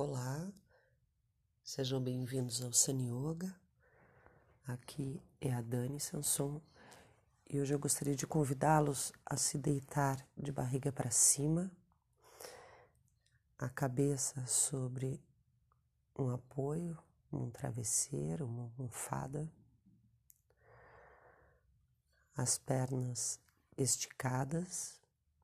Olá, sejam bem-vindos ao Sun Yoga. Aqui é a Dani Sanson e hoje eu gostaria de convidá-los a se deitar de barriga para cima, a cabeça sobre um apoio, um travesseiro, uma almofada, as pernas esticadas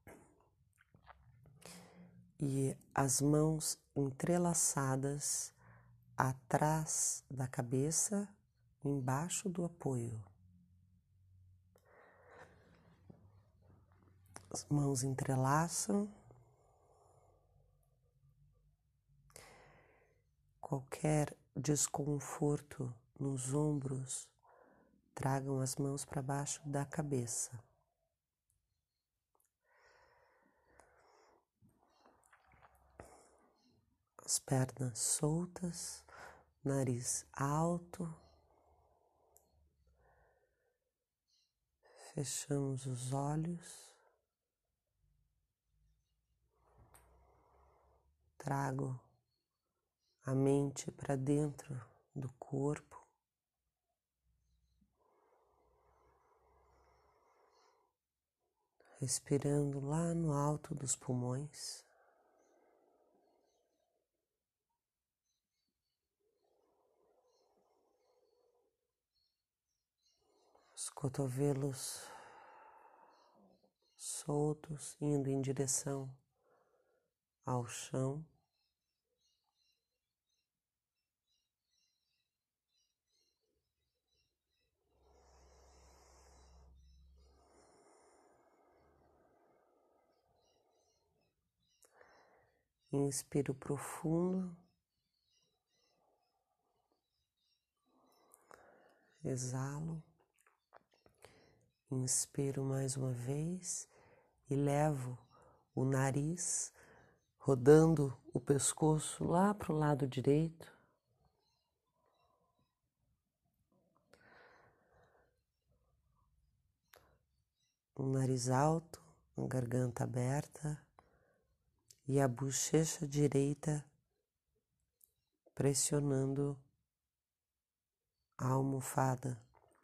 e as mãos entrelaçadas atrás da cabeça, embaixo do apoio. As mãos entrelaçam. Qualquer desconforto nos ombros, tragam as mãos para baixo da cabeça. As pernas soltas, nariz alto. Fechamos os olhos. Trago a mente para dentro do corpo. Respirando lá no alto dos pulmões. Os cotovelos soltos, indo em direção ao chão. Inspiro profundo. Exalo. Inspiro mais uma vez e levo o nariz rodando o pescoço lá para o lado direito. Um nariz alto, a garganta aberta e a bochecha direita pressionando a almofada.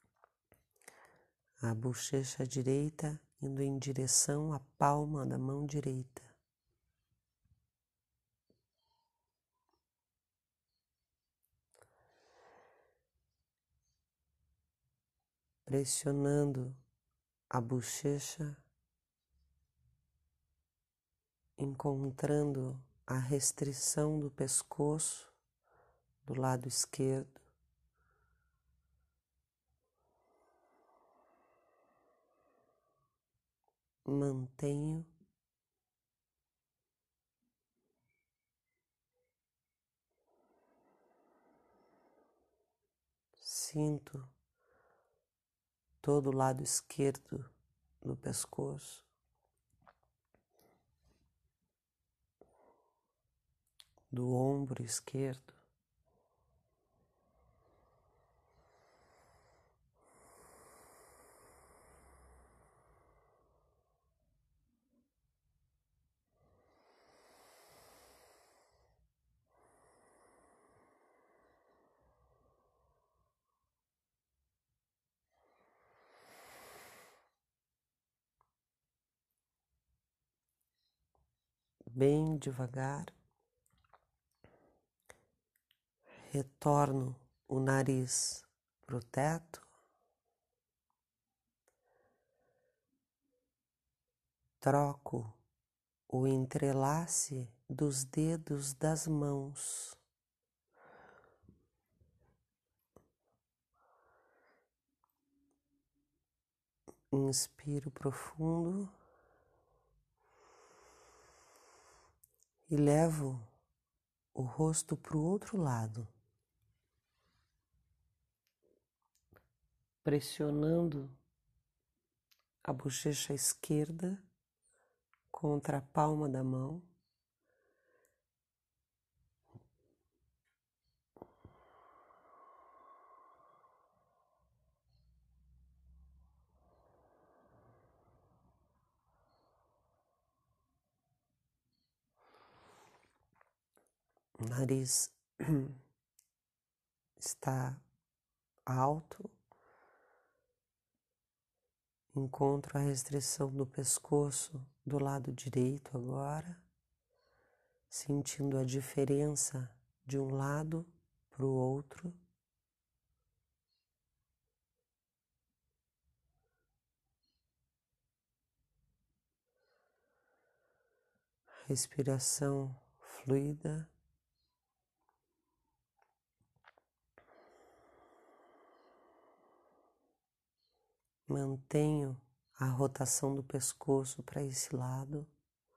A bochecha direita indo em direção à palma da mão direita. Pressionando a bochecha, encontrando a restrição do pescoço do lado esquerdo. Mantenho. Sinto todo o lado esquerdo do pescoço. Do ombro esquerdo. Bem devagar, retorno o nariz para o teto, troco o entrelace dos dedos das mãos. Inspiro profundo e levo o rosto para o outro lado, pressionando a bochecha esquerda contra a palma da mão. O nariz está alto. Encontro a restrição do pescoço do lado direito agora, sentindo a diferença de um lado para o outro. Respiração fluida. Mantenho a rotação do pescoço para esse lado.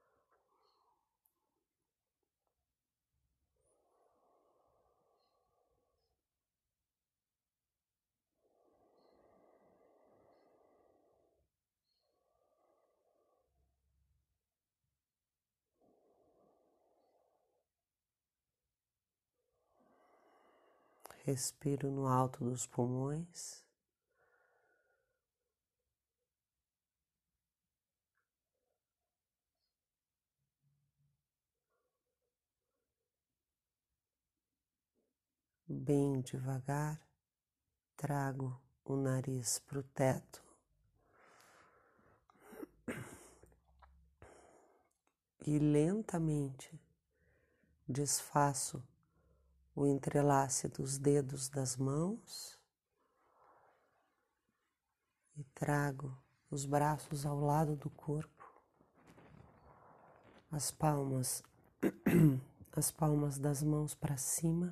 Respiro no alto dos pulmões. Bem devagar, trago o nariz para o teto e lentamente desfaço o entrelace dos dedos das mãos e trago os braços ao lado do corpo, as palmas das mãos para cima.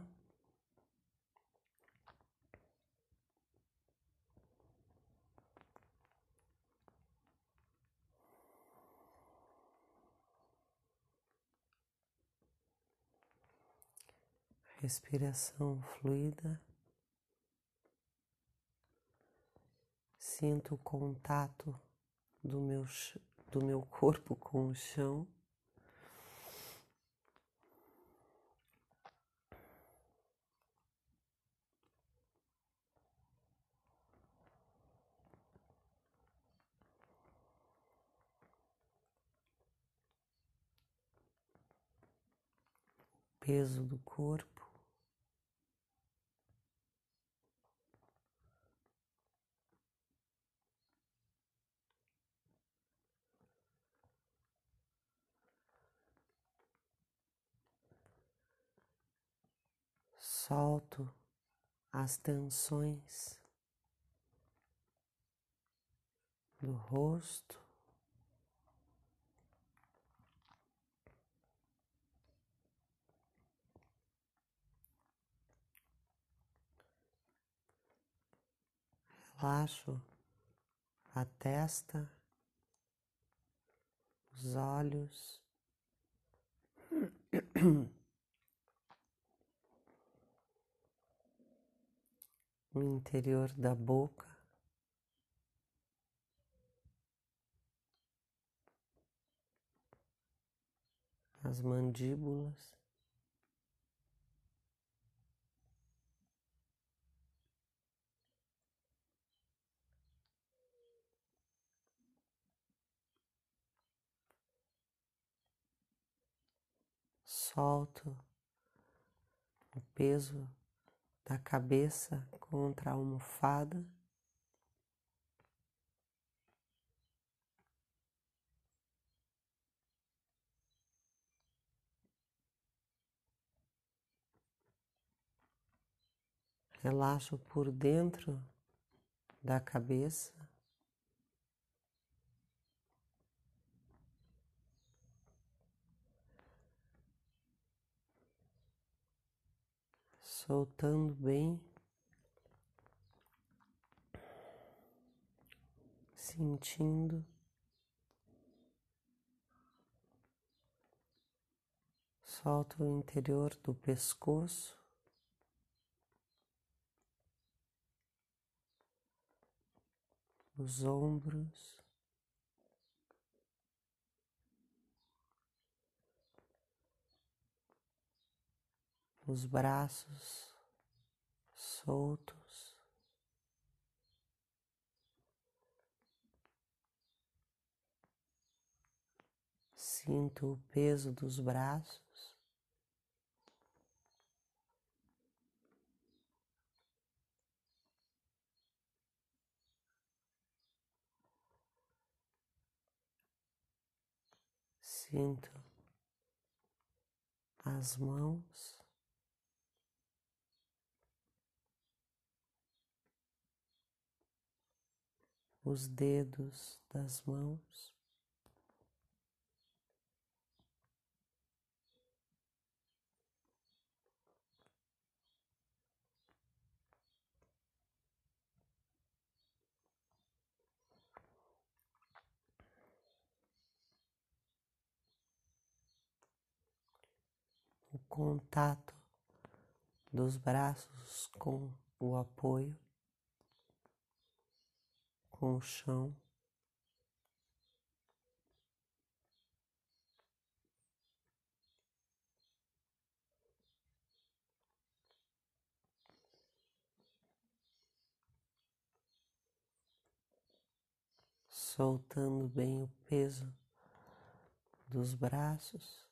Respiração fluida. Sinto o contato do meu corpo com o chão. Peso do corpo. Solto as tensões do rosto. Relaxo a testa, os olhos, o interior da boca, as mandíbulas. Solto o peso da cabeça contra a almofada. Relaxo por dentro da cabeça. Soltando bem, sentindo, solto o interior do pescoço, os ombros, os braços soltos. Sinto o peso dos braços. Sinto as mãos, os dedos das mãos, o contato dos braços com o apoio, com o chão. Soltando bem o peso dos braços,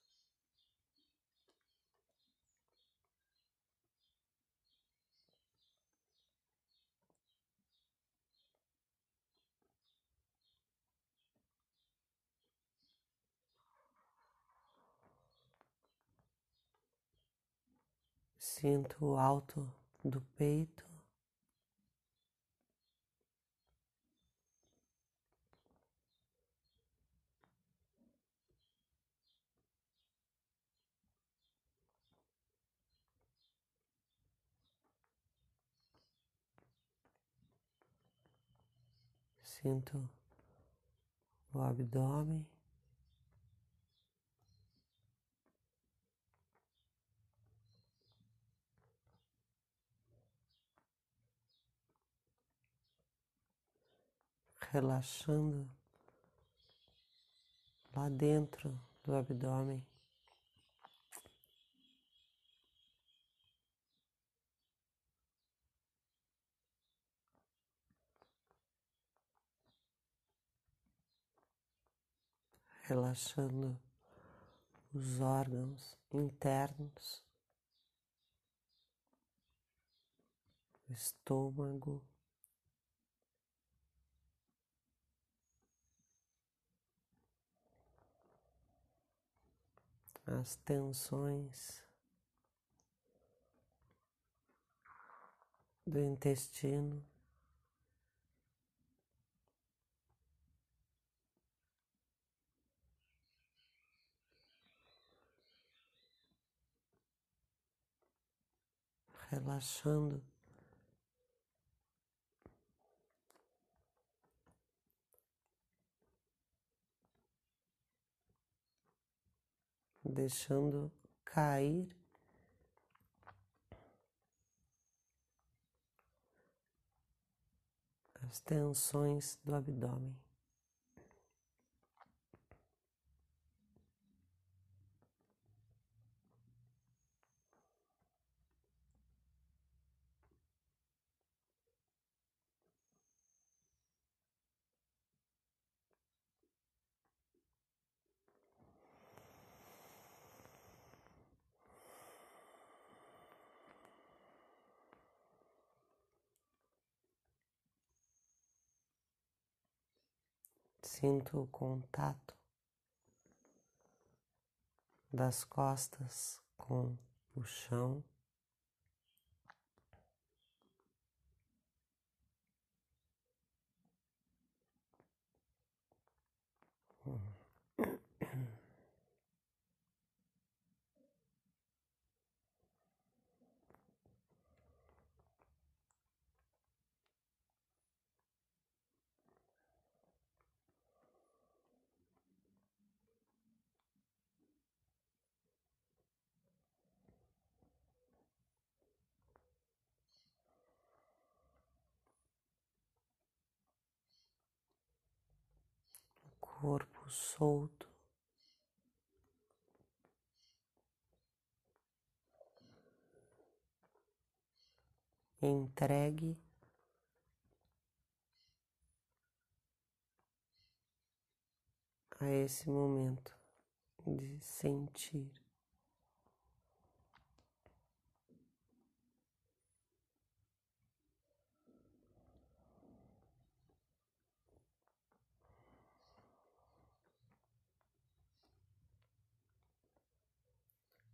sinto o alto do peito, sinto o abdômen, relaxando lá dentro do abdômen. Relaxando os órgãos internos, o estômago, as tensões do intestino, relaxando deixando cair as tensões do abdômen. Sinto o contato das costas com o chão. Corpo solto, entregue a esse momento de sentir.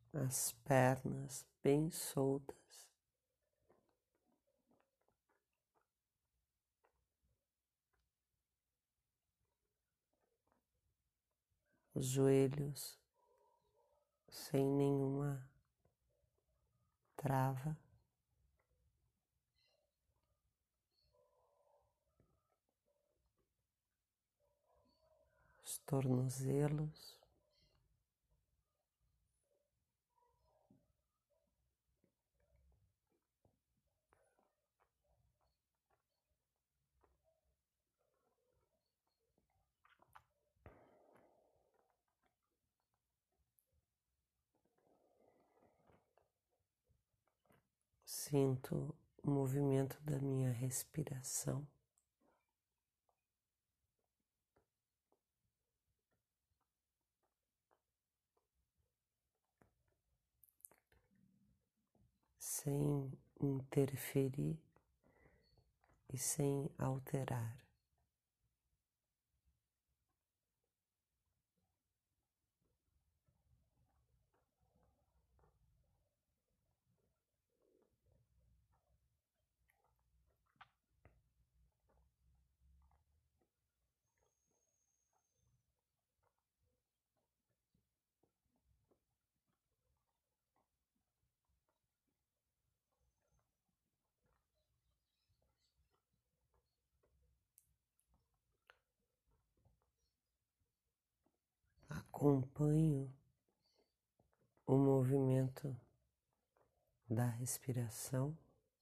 as pernas bem soltas, os joelhos sem nenhuma trava, os tornozelos, sinto o movimento da minha respiração. Sem interferir e sem alterar. Acompanho o movimento da respiração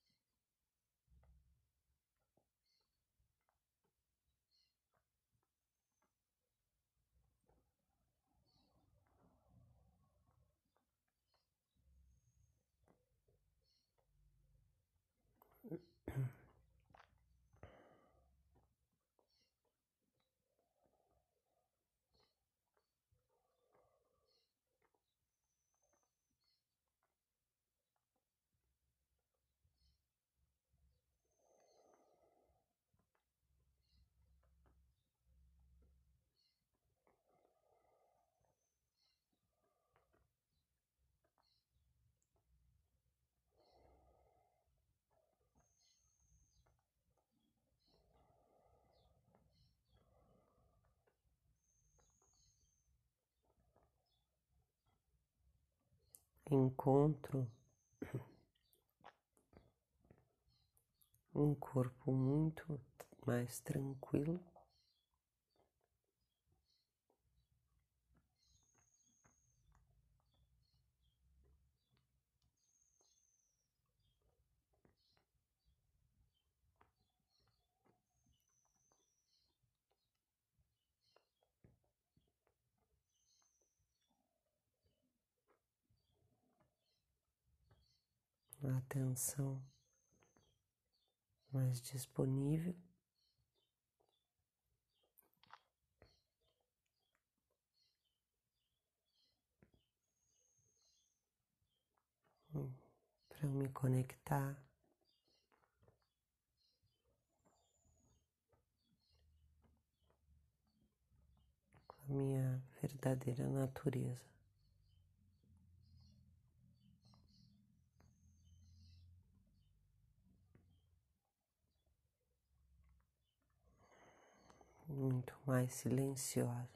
encontro um corpo muito mais tranquilo, a atenção mais disponível. Para me conectar com a minha verdadeira natureza. Muito mais silenciosa.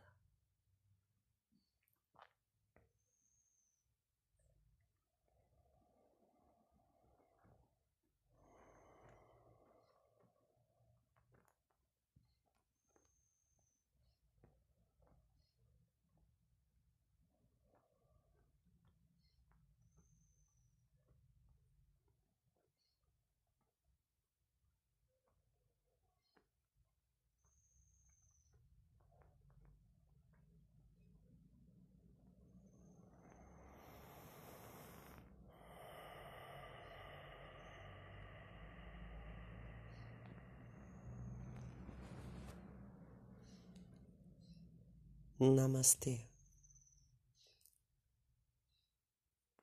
Namastê.